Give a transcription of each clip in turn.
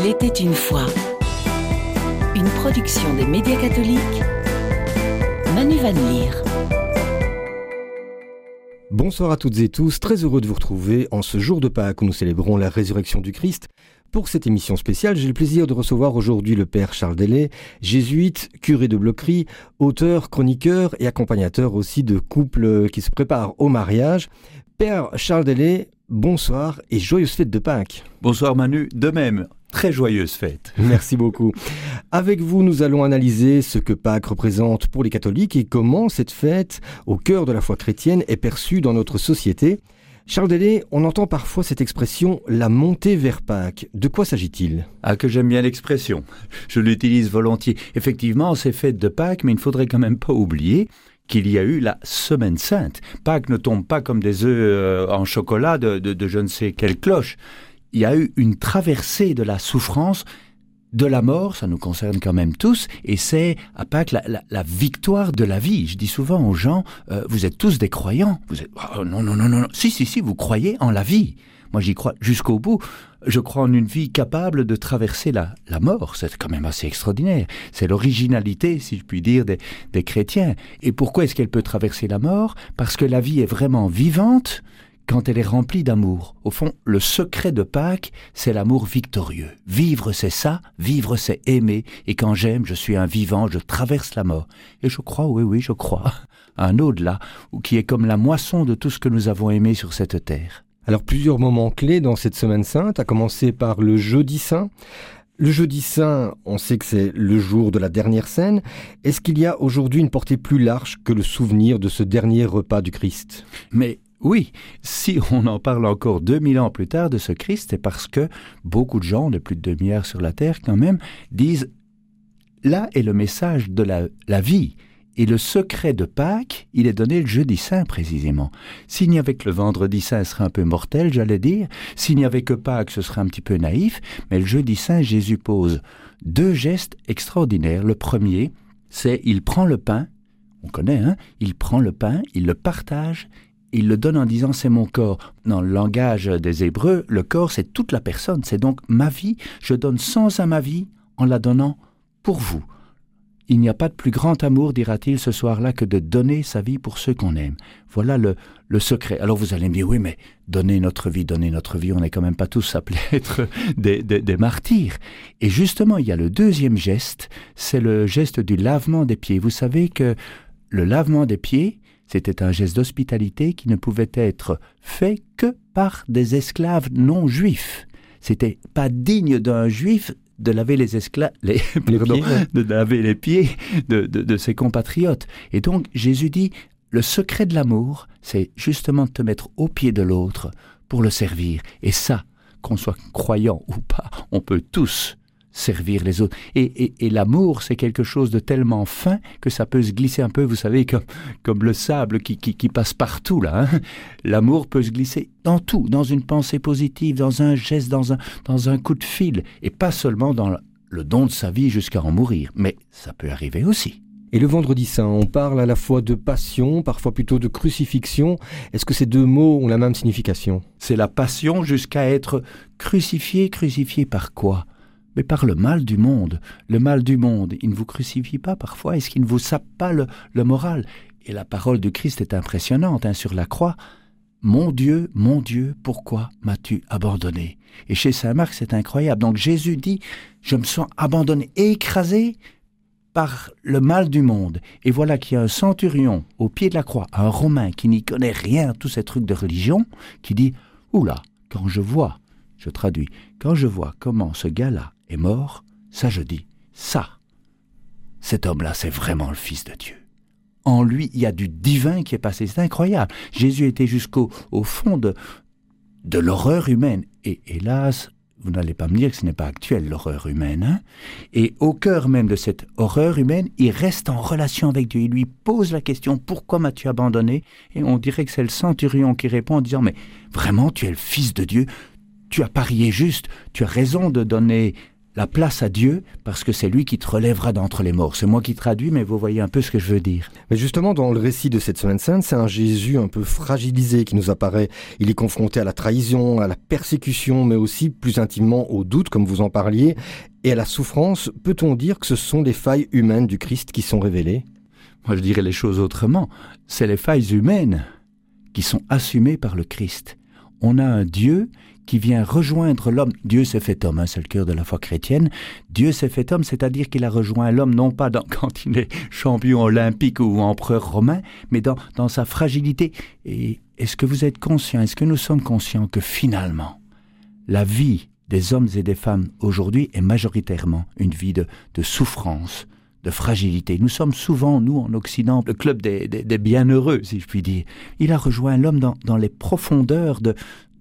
Il était une fois. Une production des médias catholiques. Manu Van Lier. Bonsoir à toutes et tous, très heureux de vous retrouver en ce jour de Pâques où nous célébrons la résurrection du Christ. Pour cette émission spéciale, j'ai le plaisir de recevoir aujourd'hui le père Charles Delay, jésuite, curé de Blocquery, auteur, chroniqueur et accompagnateur aussi de couples qui se préparent au mariage. Père Charles Delay, bonsoir et joyeuse fête de Pâques. Bonsoir Manu, de même. Très joyeuse fête. Merci beaucoup. Avec vous, nous allons analyser ce que Pâques représente pour les catholiques et comment cette fête, au cœur de la foi chrétienne, est perçue dans notre société. Charles Delay, on entend parfois cette expression « la montée vers Pâques ». De quoi s'agit-il ? Ah, que j'aime bien l'expression. Je l'utilise volontiers. Effectivement, c'est fête de Pâques, mais il ne faudrait quand même pas oublier qu'il y a eu la Semaine Sainte. Pâques ne tombe pas comme des œufs en chocolat de je ne sais quelle cloche. Il y a eu une traversée de la souffrance, de la mort, ça nous concerne quand même tous, et c'est à Pâques la victoire de la vie. Je dis souvent aux gens, vous êtes tous des croyants. Vous êtes, oh, non, si, vous croyez en la vie. Moi j'y crois jusqu'au bout. Je crois en une vie capable de traverser la mort. C'est quand même assez extraordinaire. C'est l'originalité, si je puis dire, des chrétiens. Et pourquoi est-ce qu'elle peut traverser la mort ? Parce que la vie est vraiment vivante quand elle est remplie d'amour. Au fond, le secret de Pâques, c'est l'amour victorieux. Vivre, c'est ça, vivre, c'est aimer, et quand j'aime, je suis un vivant, je traverse la mort. Et je crois, oui, je crois, à un au-delà, qui est comme la moisson de tout ce que nous avons aimé sur cette terre. Alors, plusieurs moments clés dans cette Semaine Sainte, à commencer par le Jeudi Saint. Le Jeudi Saint, on sait que c'est le jour de la dernière scène. Est-ce qu'il y a aujourd'hui une portée plus large que le souvenir de ce dernier repas du Christ ? Mais oui, si on en parle encore 2000 ans plus tard de ce Christ, c'est parce que beaucoup de gens, de plus de 2 milliards sur la Terre quand même, disent « là est le message de la vie ». Et le secret de Pâques, il est donné le Jeudi Saint précisément. S'il n'y avait que le Vendredi Saint, ce serait un peu mortel, j'allais dire. S'il n'y avait que Pâques, ce serait un petit peu naïf. Mais le Jeudi Saint, Jésus pose 2 gestes extraordinaires. Le premier, c'est il prend le pain, on connaît, il prend le pain, il le partage, il le donne en disant « c'est mon corps ». Dans le langage des Hébreux, le corps, c'est toute la personne. C'est donc ma vie. Je donne sens à ma vie en la donnant pour vous. Il n'y a pas de plus grand amour, dira-t-il ce soir-là, que de donner sa vie pour ceux qu'on aime. Voilà le secret. Alors vous allez me dire, oui, mais donner notre vie, on n'est quand même pas tous appelés à être des martyrs. Et justement, il y a le deuxième geste, c'est le geste du lavement des pieds. Vous savez que le lavement des pieds, c'était un geste d'hospitalité qui ne pouvait être fait que par des esclaves non juifs. C'était pas digne d'un juif de laver de laver les pieds de ses compatriotes. Et donc, Jésus dit, le secret de l'amour, c'est justement de te mettre aux pieds de l'autre pour le servir. Et ça, qu'on soit croyant ou pas, on peut tous servir les autres. Et l'amour, c'est quelque chose de tellement fin que ça peut se glisser un peu, vous savez, comme le sable qui passe partout, là. L'amour peut se glisser dans tout, dans une pensée positive, dans un geste, dans un coup de fil, et pas seulement dans le don de sa vie jusqu'à en mourir. Mais ça peut arriver aussi. Et le Vendredi Saint, on parle à la fois de passion, parfois plutôt de crucifixion. Est-ce que ces 2 mots ont la même signification ? C'est la passion jusqu'à être crucifié par quoi ? Mais par le mal du monde. Le mal du monde, il ne vous crucifie pas parfois? Est-ce qu'il ne vous sape pas le moral? Et la parole du Christ est impressionnante sur la croix. Mon Dieu, pourquoi m'as-tu abandonné? Et chez saint Marc, c'est incroyable. Donc Jésus dit, je me sens abandonné, écrasé par le mal du monde. Et voilà qu'il y a un centurion au pied de la croix, un Romain qui n'y connaît rien à tous ces trucs de religion, qui dit, oula, quand je vois comment ce gars-là est mort, ça je dis, cet homme-là, c'est vraiment le Fils de Dieu. En lui, il y a du divin qui est passé. C'est incroyable. Jésus était jusqu'au fond de l'horreur humaine. Et hélas, vous n'allez pas me dire que ce n'est pas actuel, l'horreur humaine. Et au cœur même de cette horreur humaine, il reste en relation avec Dieu. Il lui pose la question, pourquoi m'as-tu abandonné? Et on dirait que c'est le centurion qui répond en disant, mais vraiment, tu es le Fils de Dieu? Tu as parié juste, tu as raison de donner la place à Dieu parce que c'est lui qui te relèvera d'entre les morts. C'est moi qui traduis, mais vous voyez un peu ce que je veux dire. Mais justement, dans le récit de cette Semaine Sainte, c'est un Jésus un peu fragilisé qui nous apparaît. Il est confronté à la trahison, à la persécution, mais aussi plus intimement au doute, comme vous en parliez, et à la souffrance. Peut-on dire que ce sont les failles humaines du Christ qui sont révélées ? Moi, je dirais les choses autrement. C'est les failles humaines qui sont assumées par le Christ. On a un Dieu qui vient rejoindre l'homme. Dieu s'est fait homme, c'est le cœur de la foi chrétienne. Dieu s'est fait homme, c'est-à-dire qu'il a rejoint l'homme, non pas quand il est champion olympique ou empereur romain, mais dans sa fragilité. Et est-ce que vous êtes conscient, est-ce que nous sommes conscients que finalement, la vie des hommes et des femmes aujourd'hui est majoritairement une vie de souffrance, de fragilité. Nous sommes souvent, nous, en Occident, le club des bienheureux, si je puis dire. Il a rejoint l'homme dans les profondeurs de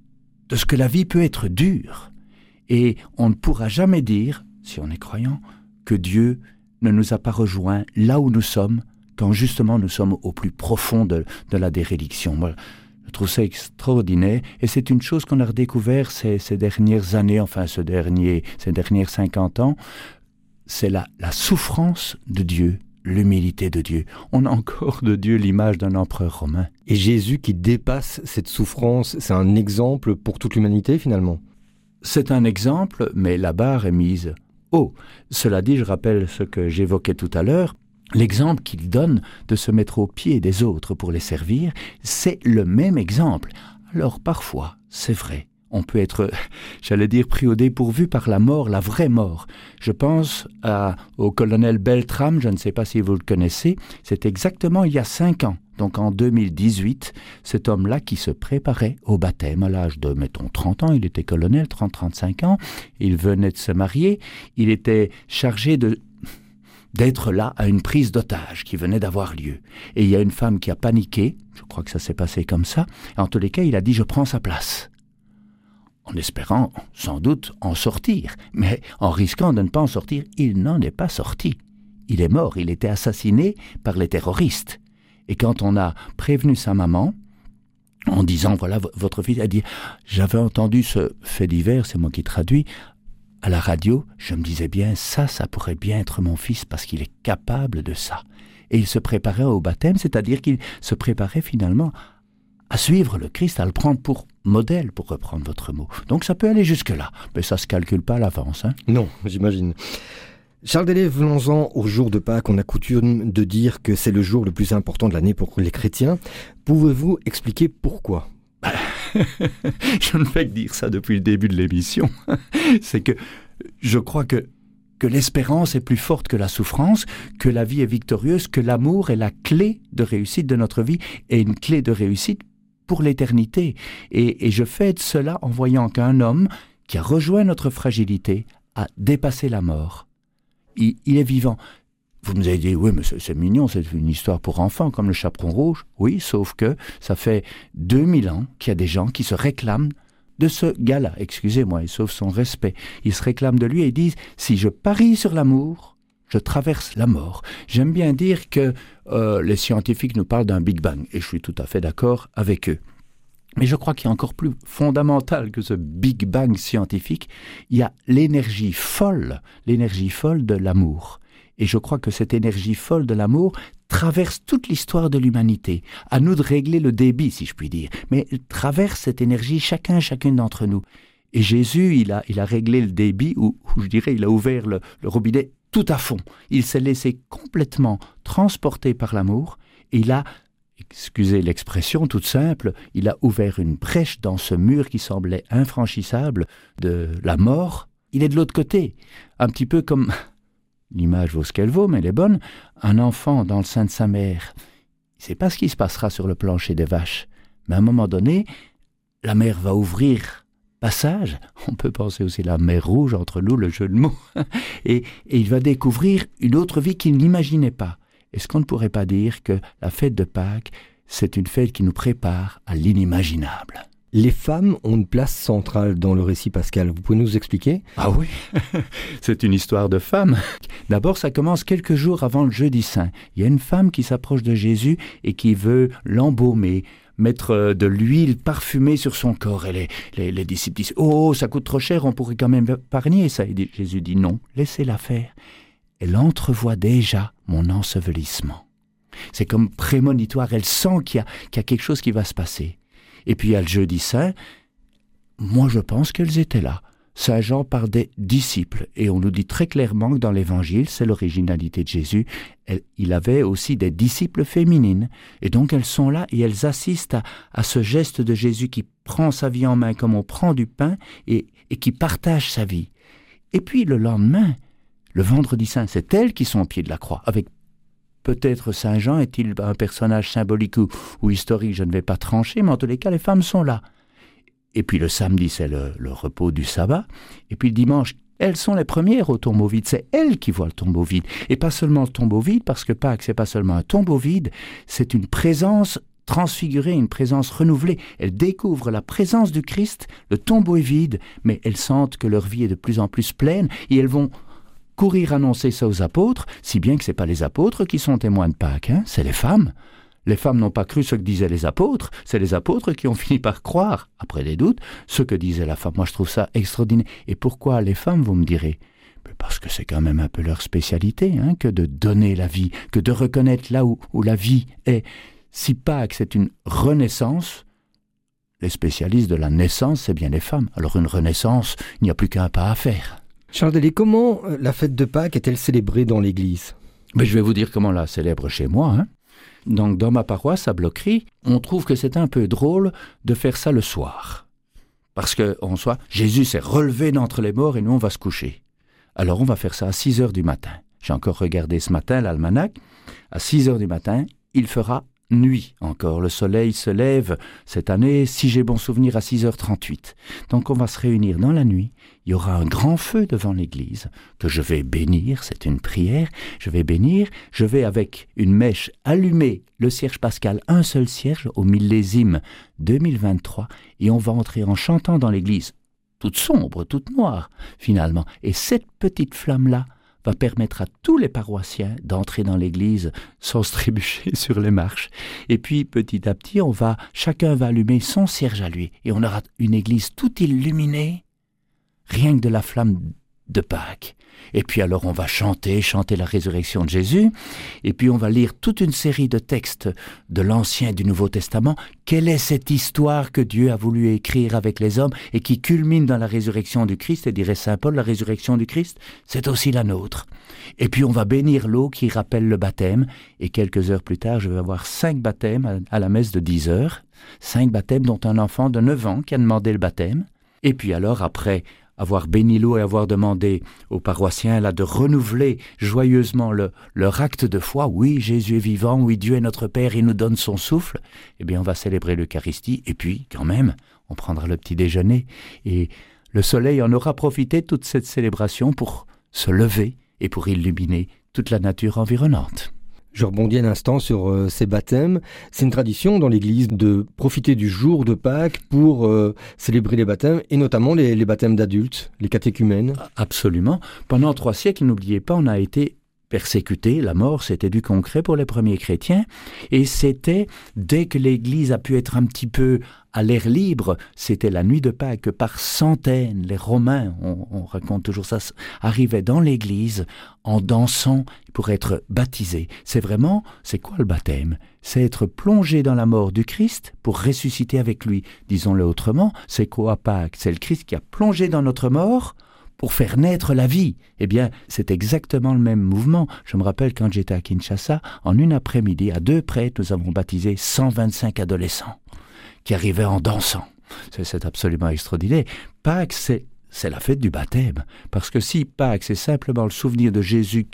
ce que la vie peut être dure. Et on ne pourra jamais dire, si on est croyant, que Dieu ne nous a pas rejoints là où nous sommes, quand justement nous sommes au plus profond de la déréliction. Moi, je trouve ça extraordinaire, et c'est une chose qu'on a redécouvert ces dernières années, enfin ces dernières 50 ans, c'est la souffrance de Dieu, l'humilité de Dieu. On a encore de Dieu l'image d'un empereur romain. Et Jésus qui dépasse cette souffrance, c'est un exemple pour toute l'humanité finalement. C'est un exemple, mais la barre est mise haut. Cela dit, je rappelle ce que j'évoquais tout à l'heure, l'exemple qu'il donne de se mettre aux pieds des autres pour les servir, c'est le même exemple. Alors parfois, c'est vrai, on peut être, pris au dépourvu par la mort, la vraie mort. Je pense au colonel Beltrame, je ne sais pas si vous le connaissez, c'est exactement il y a 5 ans, donc en 2018, cet homme-là qui se préparait au baptême à l'âge de, mettons, 30 ans, il était colonel, 30-35 ans, il venait de se marier, il était chargé d'être là à une prise d'otage qui venait d'avoir lieu. Et il y a une femme qui a paniqué, je crois que ça s'est passé comme ça, en tous les cas, il a dit « je prends sa place ». En espérant, sans doute, en sortir. Mais en risquant de ne pas en sortir, il n'en est pas sorti. Il est mort, il était assassiné par les terroristes. Et quand on a prévenu sa maman, en disant, voilà, votre fils a dit, j'avais entendu ce fait divers, c'est moi qui traduis, à la radio, je me disais bien, ça pourrait bien être mon fils parce qu'il est capable de ça. Et il se préparait au baptême, c'est-à-dire qu'il se préparait finalement à suivre le Christ, à le prendre pour modèle, pour reprendre votre mot. Donc ça peut aller jusque-là, mais ça ne se calcule pas à l'avance. Hein. Non, j'imagine. Charles Delay, venons-en au jour de Pâques. On a coutume de dire que c'est le jour le plus important de l'année pour les chrétiens. Pouvez-vous expliquer pourquoi ? Je ne fais que dire ça depuis le début de l'émission. C'est que je crois que l'espérance est plus forte que la souffrance, que la vie est victorieuse, que l'amour est la clé de réussite de notre vie et une clé de réussite pour l'éternité. Et je fête cela en voyant qu'un homme qui a rejoint notre fragilité a dépassé la mort. Il est vivant. Vous nous avez dit, oui, mais c'est mignon, c'est une histoire pour enfants, comme le chaperon rouge. Oui, sauf que ça fait 2000 ans qu'il y a des gens qui se réclament de ce gars-là, excusez-moi, et sauf son respect. Ils se réclament de lui et disent, si je parie sur l'amour, je traverse la mort. J'aime bien dire que les scientifiques nous parlent d'un Big Bang, et je suis tout à fait d'accord avec eux. Mais je crois qu'il y a encore plus fondamental que ce Big Bang scientifique, il y a l'énergie folle de l'amour. Et je crois que cette énergie folle de l'amour traverse toute l'histoire de l'humanité. À nous de régler le débit, si je puis dire. Mais traverse cette énergie chacune d'entre nous. Et Jésus, il a réglé le débit, ou je dirais, il a ouvert le robinet tout à fond. Il s'est laissé complètement transporter par l'amour. Et il a, excusez l'expression toute simple, il a ouvert une brèche dans ce mur qui semblait infranchissable de la mort. Il est de l'autre côté. Un petit peu comme... L'image vaut ce qu'elle vaut, mais elle est bonne. Un enfant dans le sein de sa mère, il ne sait pas ce qui se passera sur le plancher des vaches. Mais à un moment donné, la mère va ouvrir passage. On peut penser aussi la mer Rouge, entre nous, le jeu de mots. Et il va découvrir une autre vie qu'il n'imaginait pas. Est-ce qu'on ne pourrait pas dire que la fête de Pâques, c'est une fête qui nous prépare à l'inimaginable ? Les femmes ont une place centrale dans le récit pascal. Vous pouvez nous expliquer ? Ah oui, c'est une histoire de femmes. D'abord, ça commence quelques jours avant le jeudi saint. Il y a une femme qui s'approche de Jésus et qui veut l'embaumer, mettre de l'huile parfumée sur son corps. Et les disciples disent « Oh, ça coûte trop cher, on pourrait quand même épargner ça. » Et Jésus dit « Non, laissez-la faire. Elle entrevoit déjà mon ensevelissement. » C'est comme prémonitoire, elle sent qu'il y a quelque chose qui va se passer. Et puis il y a le jeudi saint. Moi, je pense qu'elles étaient là. Saint Jean par des disciples. Et on nous dit très clairement que dans l'Évangile, c'est l'originalité de Jésus, il avait aussi des disciples féminines. Et donc elles sont là et elles assistent à ce geste de Jésus qui prend sa vie en main comme on prend du pain et qui partage sa vie. Et puis le lendemain, le vendredi saint, c'est elles qui sont au pied de la croix. Avec peut-être Saint Jean est-il un personnage symbolique ou historique, je ne vais pas trancher, mais en tous les cas, les femmes sont là. Et puis le samedi, c'est le repos du sabbat. Et puis le dimanche, elles sont les premières au tombeau vide. C'est elles qui voient le tombeau vide. Et pas seulement le tombeau vide, parce que Pâques, c'est pas seulement un tombeau vide, c'est une présence transfigurée, une présence renouvelée. Elles découvrent la présence du Christ, le tombeau est vide, mais elles sentent que leur vie est de plus en plus pleine et elles vont courir annoncer ça aux apôtres, si bien que ce n'est pas les apôtres qui sont témoins de Pâques, c'est les femmes. Les femmes n'ont pas cru ce que disaient les apôtres, c'est les apôtres qui ont fini par croire, après des doutes, ce que disait la femme. Moi, je trouve ça extraordinaire. Et pourquoi les femmes, vous me direz ? Parce que c'est quand même un peu leur spécialité, que de donner la vie, que de reconnaître là où la vie est. Si Pâques, c'est une renaissance, les spécialistes de la naissance, c'est bien les femmes. Alors une renaissance, il n'y a plus qu'un pas à faire. Charles Delay, comment la fête de Pâques est-elle célébrée dans l'Église ? Mais je vais vous dire comment on la célèbre chez moi. Donc dans ma paroisse à Blockery, on trouve que c'est un peu drôle de faire ça le soir. Parce que Jésus s'est relevé d'entre les morts et nous on va se coucher. Alors on va faire ça à 6h du matin. J'ai encore regardé ce matin l'almanach. À 6h du matin, il fera nuit encore. Le soleil se lève cette année, si j'ai bon souvenir, à 6h38. Donc on va se réunir dans la nuit. Il y aura un grand feu devant l'église que je vais bénir, c'est une prière. Je vais bénir, je vais avec une mèche allumer le cierge pascal, un seul cierge au millésime 2023 et on va entrer en chantant dans l'église, toute sombre, toute noire finalement. Et cette petite flamme-là va permettre à tous les paroissiens d'entrer dans l'église sans se trébucher sur les marches. Et puis, petit à petit, chacun va allumer son cierge à lui. Et on aura une église toute illuminée, rien que de la flamme de Pâques. Et puis alors, on va chanter la résurrection de Jésus. Et puis, on va lire toute une série de textes de l'Ancien et du Nouveau Testament. Quelle est cette histoire que Dieu a voulu écrire avec les hommes et qui culmine dans la résurrection du Christ? Et dirait Saint Paul, la résurrection du Christ, c'est aussi la nôtre. Et puis, on va bénir l'eau qui rappelle le baptême. Et quelques heures plus tard, je vais avoir 5 baptêmes à la messe de 10 heures. 5 baptêmes dont un enfant de 9 ans qui a demandé le baptême. Et puis alors, après avoir béni l'eau et avoir demandé aux paroissiens là, de renouveler joyeusement leur acte de foi, oui, Jésus est vivant, oui, Dieu est notre Père, il nous donne son souffle, eh bien on va célébrer l'Eucharistie, et puis quand même, on prendra le petit déjeuner, et le soleil en aura profité de toute cette célébration pour se lever et pour illuminer toute la nature environnante. Je rebondis un instant sur ces baptêmes. C'est une tradition dans l'Église de profiter du jour de Pâques pour célébrer les baptêmes, et notamment les baptêmes d'adultes, les catéchumènes. Absolument. Pendant 3 siècles, n'oubliez pas, on a été persécutés. La mort, c'était du concret pour les premiers chrétiens. Et c'était, dès que l'Église a pu être un petit peu à l'air libre, c'était la nuit de Pâques que par centaines, les Romains, on raconte toujours ça, arrivaient dans l'Église en dansant pour être baptisés. C'est quoi le baptême? C'est être plongé dans la mort du Christ pour ressusciter avec lui. Disons-le autrement, c'est quoi Pâques? C'est le Christ qui a plongé dans notre mort pour faire naître la vie. Eh bien, c'est exactement le même mouvement. Je me rappelle quand j'étais à Kinshasa, en une après-midi, à 2 prêtres, nous avons baptisé 125 adolescents qui arrivaient en dansant. C'est absolument extraordinaire. Pâques, c'est la fête du baptême. Parce que si Pâques, c'est simplement le souvenir de Jésus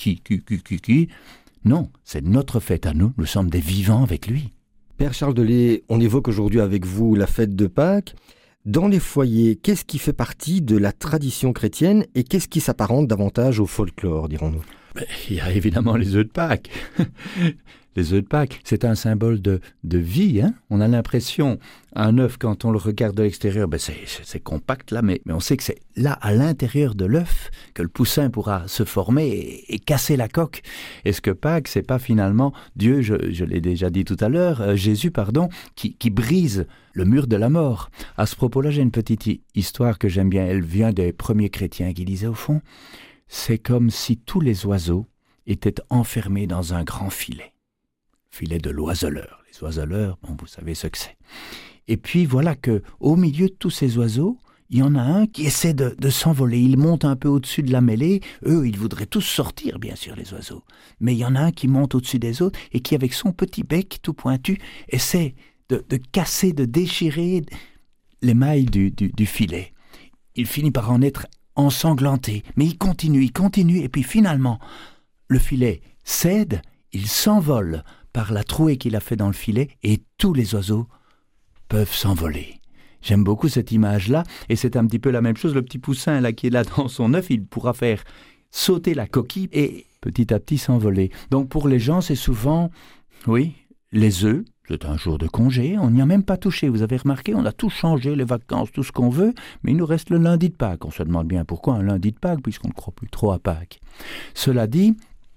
non, c'est notre fête à nous. Nous sommes des vivants avec lui. Père Charles Delay, on évoque aujourd'hui avec vous la fête de Pâques. Dans les foyers, qu'est-ce qui fait partie de la tradition chrétienne et qu'est-ce qui s'apparente davantage au folklore, dirons-nous ? Il y a évidemment les œufs de Pâques. Les œufs de Pâques, c'est un symbole de vie. Hein. On a l'impression, un œuf, quand on le regarde de l'extérieur, c'est compact là, mais on sait que c'est là, à l'intérieur de l'œuf, que le poussin pourra se former et casser la coque. Est-ce que Pâques, c'est pas finalement Dieu, je l'ai déjà dit tout à l'heure, Jésus, qui brise le mur de la mort. À ce propos-là, j'ai une petite histoire que j'aime bien. Elle vient des premiers chrétiens qui disaient, au fond, c'est comme si tous les oiseaux étaient enfermés dans un grand filet de l'oiseleur. Les oiseleurs, vous savez ce que c'est. Et puis voilà que au milieu de tous ces oiseaux, il y en a un qui essaie de s'envoler. Il monte un peu au-dessus de la mêlée. Eux, ils voudraient tous sortir, bien sûr, les oiseaux. Mais il y en a un qui monte au-dessus des autres et qui, avec son petit bec tout pointu, essaie de casser, de déchirer les mailles du filet. Il finit par en être ensanglanté. Mais il continue, et puis finalement, le filet cède, il s'envole par la trouée qu'il a fait dans le filet et tous les oiseaux peuvent s'envoler. J'aime beaucoup cette image-là et c'est un petit peu la même chose. Le petit poussin là qui est là dans son œuf, il pourra faire sauter la coquille et petit à petit s'envoler. Donc pour les gens, c'est souvent, oui, les œufs, c'est un jour de congé, on n'y a même pas touché. Vous avez remarqué, on a tout changé, les vacances, tout ce qu'on veut, mais il nous reste le lundi de Pâques. On se demande bien pourquoi un lundi de Pâques, puisqu'on ne croit plus trop à Pâques. Cela dit,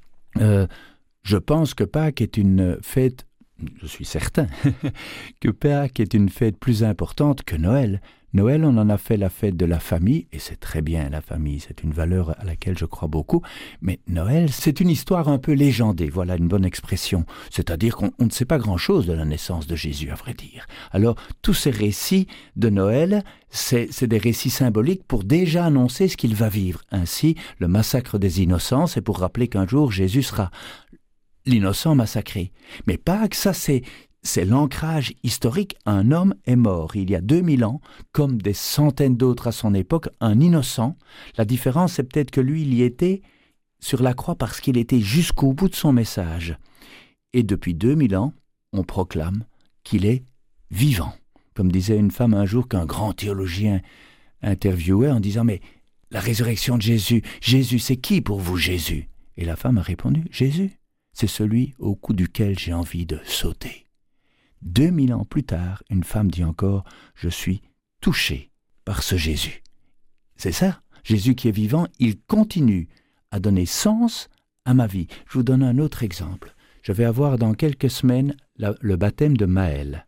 je pense que Pâques est une fête, je suis certain, que Pâques est une fête plus importante que Noël. Noël, on en a fait la fête de la famille, et c'est très bien la famille, c'est une valeur à laquelle je crois beaucoup, mais Noël, c'est une histoire un peu légendée, voilà une bonne expression, c'est-à-dire qu'on ne sait pas grand-chose de la naissance de Jésus, à vrai dire. Alors, tous ces récits de Noël, c'est des récits symboliques pour déjà annoncer ce qu'il va vivre. Ainsi, le massacre des innocents, c'est pour rappeler qu'un jour, Jésus sera l'innocent massacré. Mais Pâques, ça c'est l'ancrage historique. Un homme est mort il y a 2000 ans, comme des centaines d'autres à son époque, un innocent. La différence, c'est peut-être que lui, il y était sur la croix parce qu'il était jusqu'au bout de son message. Et depuis 2000 ans, on proclame qu'il est vivant. Comme disait une femme un jour qu'un grand théologien interviewait en disant « Mais la résurrection de Jésus, c'est qui pour vous Jésus ?» Et la femme a répondu « Jésus, c'est celui au cou duquel j'ai envie de sauter. » 2000 ans plus tard, une femme dit encore « Je suis touchée par ce Jésus. » C'est ça, Jésus qui est vivant, il continue à donner sens à ma vie. Je vous donne un autre exemple. Je vais avoir dans quelques semaines le baptême de Maël.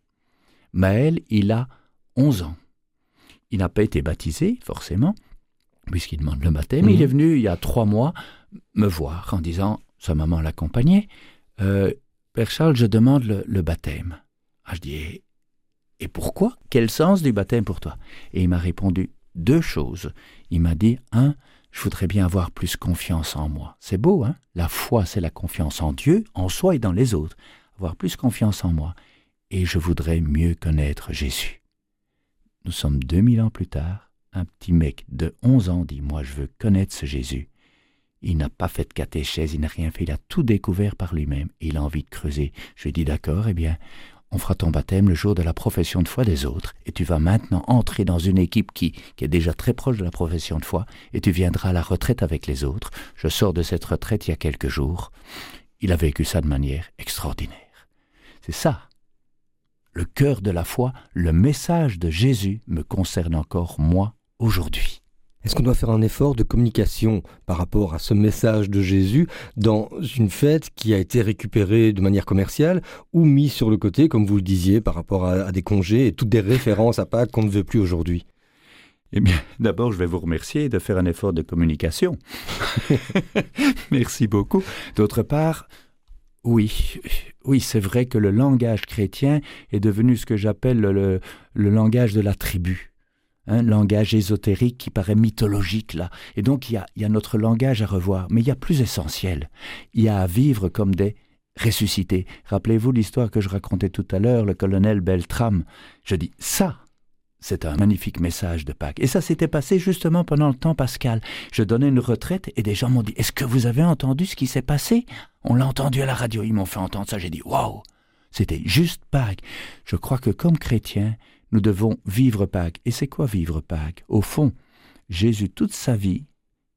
Maël, il a 11 ans. Il n'a pas été baptisé, forcément, puisqu'il demande le baptême. Il est venu, il y a 3 mois, me voir en disant, sa maman l'accompagnait, « Père Charles, je demande le baptême. » Je dis, et pourquoi? Quel sens du baptême pour toi? Et il m'a répondu 2 choses. Il m'a dit, 1, je voudrais bien avoir plus confiance en moi. C'est beau, hein? La foi, c'est la confiance en Dieu, en soi et dans les autres. Avoir plus confiance en moi. Et je voudrais mieux connaître Jésus. Nous sommes 2000 ans plus tard. Un petit mec de 11 ans dit, moi je veux connaître ce Jésus. Il n'a pas fait de catéchèse, il n'a rien fait, il a tout découvert par lui-même. Et il a envie de creuser. Je lui dis, d'accord, eh bien, on fera ton baptême le jour de la profession de foi des autres, et tu vas maintenant entrer dans une équipe qui est déjà très proche de la profession de foi, et tu viendras à la retraite avec les autres. Je sors de cette retraite il y a quelques jours. Il a vécu ça de manière extraordinaire. C'est ça. Le cœur de la foi, le message de Jésus me concerne encore moi aujourd'hui. Est-ce qu'on doit faire un effort de communication par rapport à ce message de Jésus dans une fête qui a été récupérée de manière commerciale ou mise sur le côté, comme vous le disiez, par rapport à des congés et toutes des références à Pâques qu'on ne veut plus aujourd'hui? Eh bien, d'abord, je vais vous remercier de faire un effort de communication. Merci beaucoup. D'autre part, oui, c'est vrai que le langage chrétien est devenu ce que j'appelle le langage de la tribu. Un langage ésotérique qui paraît mythologique là. Et donc il y a notre langage à revoir, mais il y a plus essentiel. Il y a à vivre comme des ressuscités. Rappelez-vous l'histoire que je racontais tout à l'heure, le colonel Beltram. Je dis, ça, c'est un magnifique message de Pâques. Et ça s'était passé justement pendant le temps pascal. Je donnais une retraite et des gens m'ont dit, est-ce que vous avez entendu ce qui s'est passé? On l'a entendu à la radio, ils m'ont fait entendre ça. J'ai dit, waouh, c'était juste Pâques. Je crois que comme chrétiens, nous devons vivre Pâques. Et c'est quoi vivre Pâques? Au fond, Jésus, toute sa vie,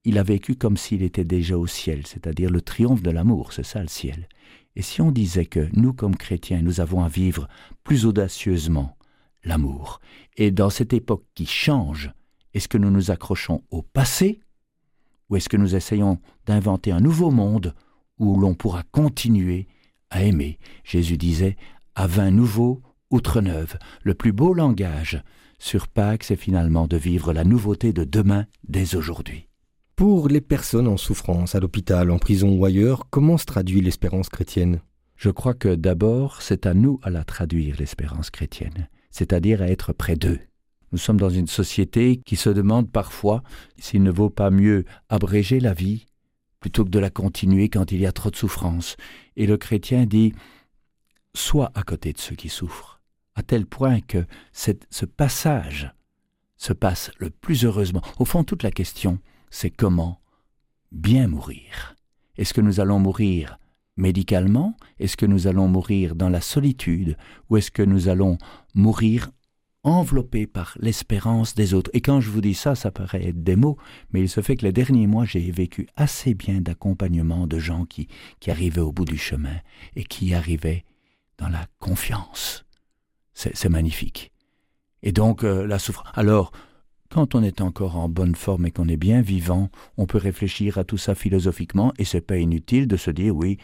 il a vécu comme s'il était déjà au ciel, c'est-à-dire le triomphe de l'amour, c'est ça le ciel. Et si on disait que nous, comme chrétiens, nous avons à vivre plus audacieusement l'amour, et dans cette époque qui change, est-ce que nous nous accrochons au passé, ou est-ce que nous essayons d'inventer un nouveau monde où l'on pourra continuer à aimer? Jésus disait « à vin nouveau, outre neuve ». Le plus beau langage sur Pâques, c'est finalement de vivre la nouveauté de demain dès aujourd'hui. Pour les personnes en souffrance, à l'hôpital, en prison ou ailleurs, comment se traduit l'espérance chrétienne? Je crois que d'abord, c'est à nous à la traduire, l'espérance chrétienne, c'est-à-dire à être près d'eux. Nous sommes dans une société qui se demande parfois s'il ne vaut pas mieux abréger la vie plutôt que de la continuer quand il y a trop de souffrance. Et le chrétien dit « sois à côté de ceux qui souffrent », à tel point que ce passage se passe le plus heureusement. Au fond, toute la question, c'est comment bien mourir. Est-ce que nous allons mourir médicalement? Est-ce que nous allons mourir dans la solitude? Ou est-ce que nous allons mourir enveloppés par l'espérance des autres? Et quand je vous dis ça, ça paraît être des mots, mais il se fait que les derniers mois, j'ai vécu assez bien d'accompagnement de gens qui arrivaient au bout du chemin et qui arrivaient dans la confiance. C'est magnifique. Et donc, la souffrance. Alors, quand on est encore en bonne forme et qu'on est bien vivant, on peut réfléchir à tout ça philosophiquement et c'est pas inutile de se dire, oui,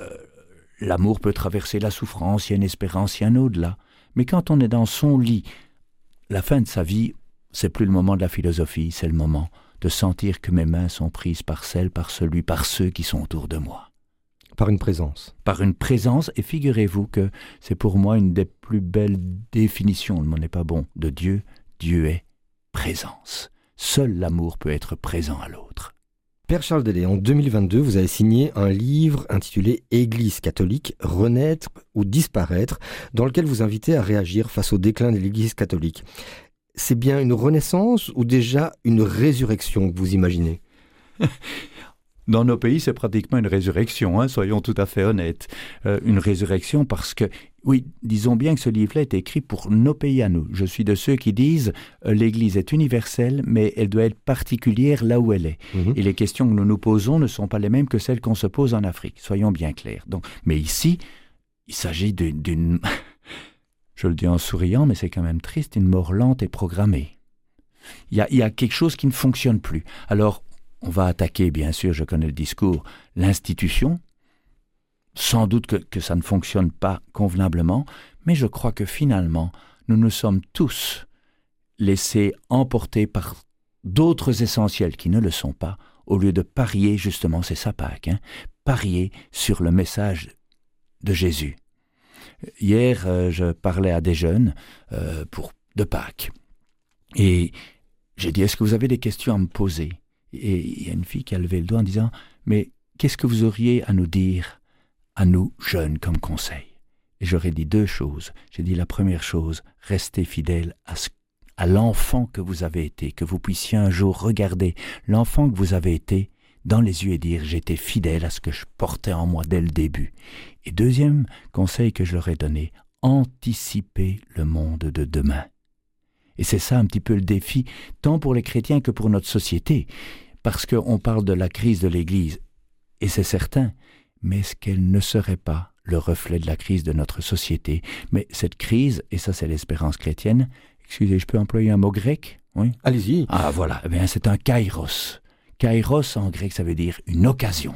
l'amour peut traverser la souffrance, il y a une espérance, il y a un au-delà. Mais quand on est dans son lit, la fin de sa vie, c'est plus le moment de la philosophie, c'est le moment de sentir que mes mains sont prises par celles, par celui, par ceux qui sont autour de moi. Par une présence. Par une présence, et figurez-vous que c'est pour moi une des plus belles définitions, le mot n'est pas bon, de Dieu. Dieu est présence. Seul l'amour peut être présent à l'autre. Père Charles Delay, en 2022, vous avez signé un livre intitulé « Église catholique, renaître ou disparaître », dans lequel vous invitez à réagir face au déclin de l'Église catholique. C'est bien une renaissance ou déjà une résurrection que vous imaginez? Dans nos pays, c'est pratiquement une résurrection, soyons tout à fait honnêtes. Une résurrection parce que, oui, disons bien que ce livre-là est écrit pour nos pays à nous. Je suis de ceux qui disent l'Église est universelle, mais elle doit être particulière là où elle est. Et les questions que nous nous posons ne sont pas les mêmes que celles qu'on se pose en Afrique, soyons bien clairs. Donc, mais ici, il s'agit d'une... Je le dis en souriant, mais c'est quand même triste, une mort lente et programmée. Il y a quelque chose qui ne fonctionne plus. Alors, on va attaquer, bien sûr, je connais le discours, l'institution. Sans doute que ça ne fonctionne pas convenablement, mais je crois que finalement, nous nous sommes tous laissés emporter par d'autres essentiels qui ne le sont pas, au lieu de parier, justement, c'est ça Pâques, parier sur le message de Jésus. Hier, je parlais à des jeunes de Pâques, et j'ai dit, est-ce que vous avez des questions à me poser? Et il y a une fille qui a levé le doigt en disant « Mais qu'est-ce que vous auriez à nous dire, à nous jeunes, comme conseil ?» Et j'aurais dit deux choses. J'ai dit la première chose, restez fidèles à l'enfant que vous avez été, que vous puissiez un jour regarder l'enfant que vous avez été dans les yeux et dire « J'étais fidèle à ce que je portais en moi dès le début. » Et deuxième conseil que je leur ai donné, anticipez le monde de demain. Et c'est ça un petit peu le défi, tant pour les chrétiens que pour notre société, parce qu'on parle de la crise de l'Église, et c'est certain, mais est-ce qu'elle ne serait pas le reflet de la crise de notre société? Mais cette crise, et ça c'est l'espérance chrétienne, excusez, je peux employer un mot grec? Oui. Allez-y. Ah voilà, eh bien, c'est un kairos. Kairos en grec, ça veut dire une occasion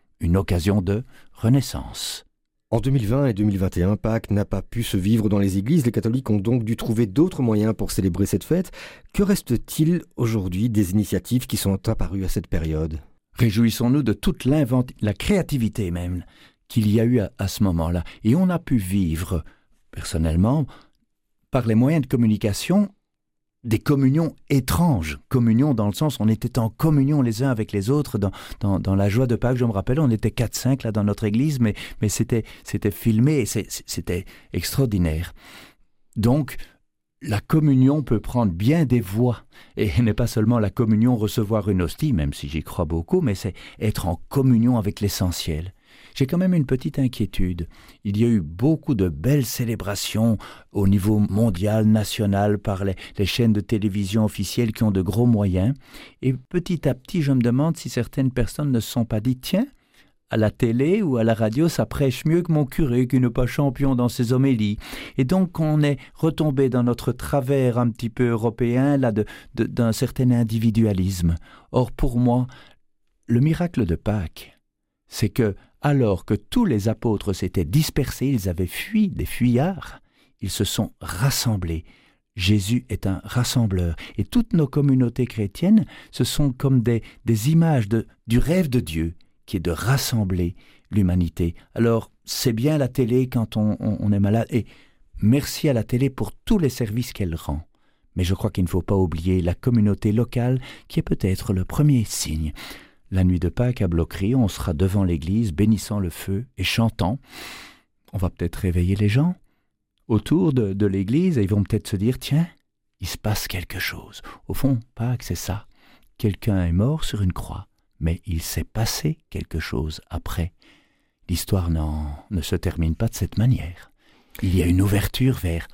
de renaissance. En 2020 et 2021, Pâques n'a pas pu se vivre dans les églises. Les catholiques ont donc dû trouver d'autres moyens pour célébrer cette fête. Que reste-t-il aujourd'hui des initiatives qui sont apparues à cette période? Réjouissons-nous de toute la créativité même qu'il y a eu à ce moment-là. Et on a pu vivre, personnellement, par les moyens de communication, des communions étranges. Communion dans le sens où on était en communion les uns avec les autres dans la joie de Pâques. Je me rappelle, on était 4-5 là dans notre église, mais c'était filmé et c'était extraordinaire. Donc, la communion peut prendre bien des voies. Et n'est pas seulement la communion recevoir une hostie, même si j'y crois beaucoup, mais c'est être en communion avec l'essentiel. j'ai quand même une petite inquiétude. Il y a eu beaucoup de belles célébrations au niveau mondial, national, par les chaînes de télévision officielles qui ont de gros moyens. Et petit à petit, je me demande si certaines personnes ne se sont pas dit « Tiens, à la télé ou à la radio, ça prêche mieux que mon curé qui n'est pas champion dans ses homélies. » Et donc, on est retombé dans notre travers un petit peu européen, là, d'un certain individualisme. Or, pour moi, le miracle de Pâques, c'est que, alors que tous les apôtres s'étaient dispersés, ils avaient fui des fuyards, ils se sont rassemblés. Jésus est un rassembleur. Et toutes nos communautés chrétiennes, ce sont comme des images du rêve de Dieu, qui est de rassembler l'humanité. Alors, c'est bien la télé quand on est malade, et merci à la télé pour tous les services qu'elle rend. Mais je crois qu'il ne faut pas oublier la communauté locale, qui est peut-être le premier signe. La nuit de Pâques à Bloquerie, on sera devant l'église, bénissant le feu et chantant. On va peut-être réveiller les gens autour de l'église, et ils vont peut-être se dire, tiens, il se passe quelque chose. Au fond, Pâques, c'est ça. Quelqu'un est mort sur une croix. Mais il s'est passé quelque chose après. L'histoire ne se termine pas de cette manière. Il y a une ouverture vers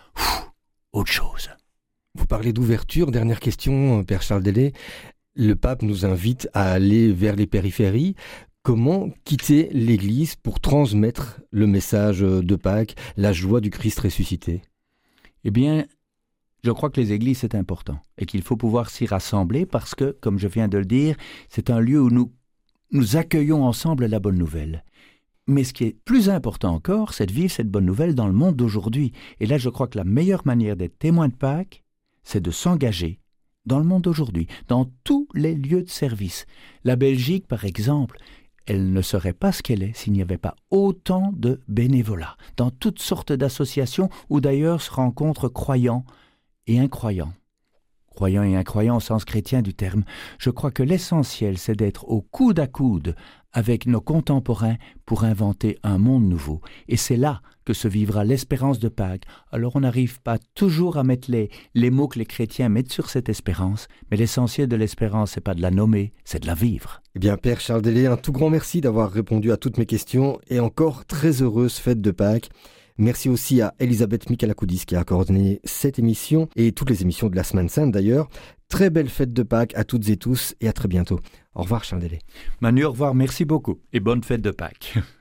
autre chose. Vous parlez d'ouverture. Dernière question, Père Charles Delay. Le pape nous invite à aller vers les périphéries. Comment quitter l'Église pour transmettre le message de Pâques, la joie du Christ ressuscité ? Eh bien, je crois que les églises, c'est important et qu'il faut pouvoir s'y rassembler parce que, comme je viens de le dire, c'est un lieu où nous accueillons ensemble la bonne nouvelle. Mais ce qui est plus important encore, c'est de vivre cette bonne nouvelle dans le monde d'aujourd'hui. Et là, je crois que la meilleure manière d'être témoin de Pâques, c'est de s'engager dans le monde d'aujourd'hui, dans tous les lieux de service. La Belgique, par exemple, elle ne serait pas ce qu'elle est s'il n'y avait pas autant de bénévolat, dans toutes sortes d'associations où d'ailleurs se rencontrent croyants et incroyants. Croyants et incroyants au sens chrétien du terme. Je crois que l'essentiel, c'est d'être au coude à coude avec nos contemporains pour inventer un monde nouveau. Et c'est là que se vivra l'espérance de Pâques. Alors on n'arrive pas toujours à mettre les mots que les chrétiens mettent sur cette espérance, mais l'essentiel de l'espérance, c'est pas de la nommer, c'est de la vivre. Eh bien, Père Charles Delay, un tout grand merci d'avoir répondu à toutes mes questions et encore très heureuse fête de Pâques. Merci aussi à Elisabeth Michalakoudis qui a coordonné cette émission et toutes les émissions de la Semaine Sainte d'ailleurs. Très belle fête de Pâques à toutes et tous et à très bientôt. Au revoir Charles Delay. Manu, au revoir, merci beaucoup et bonne fête de Pâques.